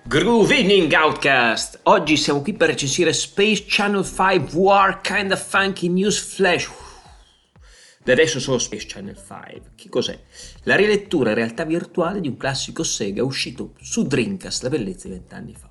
Groove Evening Outcast! Oggi siamo qui per recensire Space Channel 5 VR Kinda Funky News Flash. Da adesso solo Space Channel 5. Che cos'è? La rilettura in realtà virtuale di un classico Sega uscito su Dreamcast, la bellezza di 20 anni fa.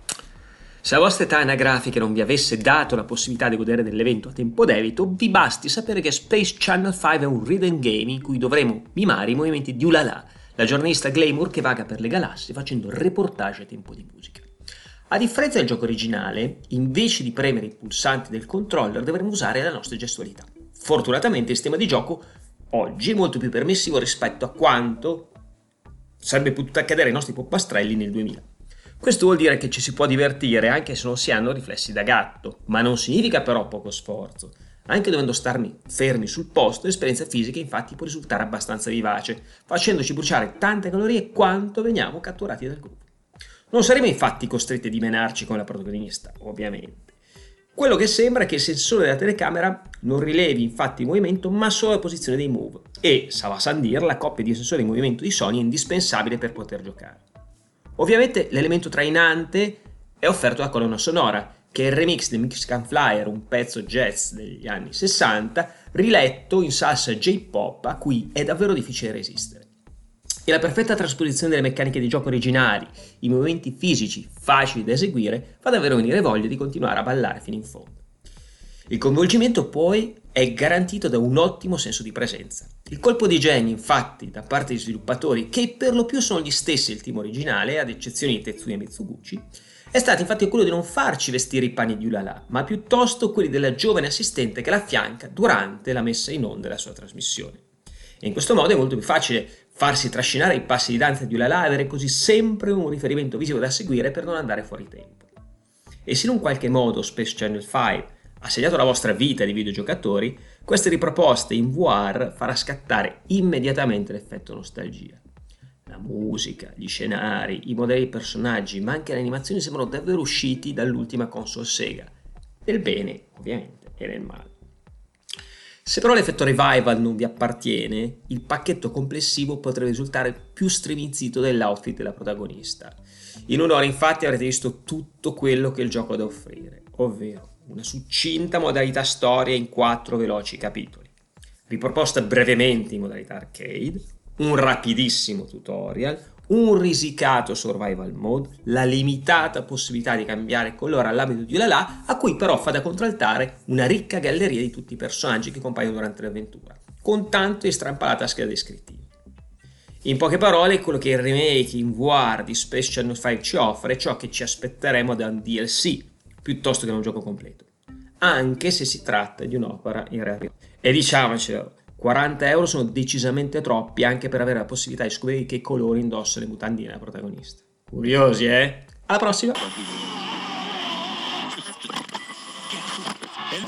Se la vostra età anagrafica non vi avesse dato la possibilità di godere dell'evento a tempo debito, vi basti sapere che Space Channel 5 è un rhythm game in cui dovremo mimare i movimenti di Ulala, la giornalista glamour che vaga per le galassie facendo reportage a tempo di musica. A differenza del gioco originale, invece di premere i pulsanti del controller dovremo usare la nostra gestualità. Fortunatamente il sistema di gioco oggi è molto più permissivo rispetto a quanto sarebbe potuto accadere ai nostri polpastrelli nel 2000. Questo vuol dire che ci si può divertire anche se non si hanno riflessi da gatto, ma non significa però poco sforzo. Anche dovendo starmi fermi sul posto, l'esperienza fisica infatti può risultare abbastanza vivace, facendoci bruciare tante calorie quanto veniamo catturati dal gruppo. Non saremo infatti costretti a dimenarci con la protagonista, ovviamente. Quello che sembra è che il sensore della telecamera non rilevi infatti il movimento ma solo la posizione dei move e, sa va san dir, la coppia di sensori di movimento di Sony è indispensabile per poter giocare. Ovviamente l'elemento trainante è offerto da colonna sonora, che è il remix di Mexican Flyer, un pezzo jazz degli anni 60, riletto in salsa J-pop a cui è davvero difficile resistere. E la perfetta trasposizione delle meccaniche di gioco originali, i movimenti fisici facili da eseguire, fa davvero venire voglia di continuare a ballare fino in fondo. Il coinvolgimento poi è garantito da un ottimo senso di presenza. Il colpo di genio, infatti, da parte degli sviluppatori, che per lo più sono gli stessi del team originale, ad eccezione di Tetsuya Mitsuguchi, è stato infatti quello di non farci vestire i panni di Ulala, ma piuttosto quelli della giovane assistente che la affianca durante la messa in onda della sua trasmissione. E in questo modo è molto più facile farsi trascinare i passi di danza di Ulala e avere così sempre un riferimento visivo da seguire per non andare fuori tempo. E se in un qualche modo Space Channel 5 ha segnato la vostra vita di videogiocatori, queste riproposte in VR farà scattare immediatamente l'effetto nostalgia. La musica, gli scenari, i modelli dei personaggi, ma anche le animazioni sembrano davvero usciti dall'ultima console Sega, nel bene ovviamente e nel male. Se però l'effetto revival non vi appartiene, il pacchetto complessivo potrebbe risultare più stremizzito dell'outfit della protagonista. In un'ora infatti avrete visto tutto quello che il gioco ha da offrire, ovvero una succinta modalità storia in 4 veloci capitoli, riproposta brevemente in modalità arcade, un rapidissimo tutorial, un risicato survival mode, la limitata possibilità di cambiare colore all'abito di Ulala, a cui però fa da contraltare una ricca galleria di tutti i personaggi che compaiono durante l'avventura, con tanto e strampalata scheda descrittiva. In poche parole, quello che il remake in VR di Space Channel 5 ci offre è ciò che ci aspetteremo da un DLC, piuttosto che da un gioco completo, anche se si tratta di un'opera in realtà. E diciamocelo, 40 euro sono decisamente troppi anche per avere la possibilità di scoprire che colori indossa le mutandine della protagonista. Curiosi, eh? Alla prossima!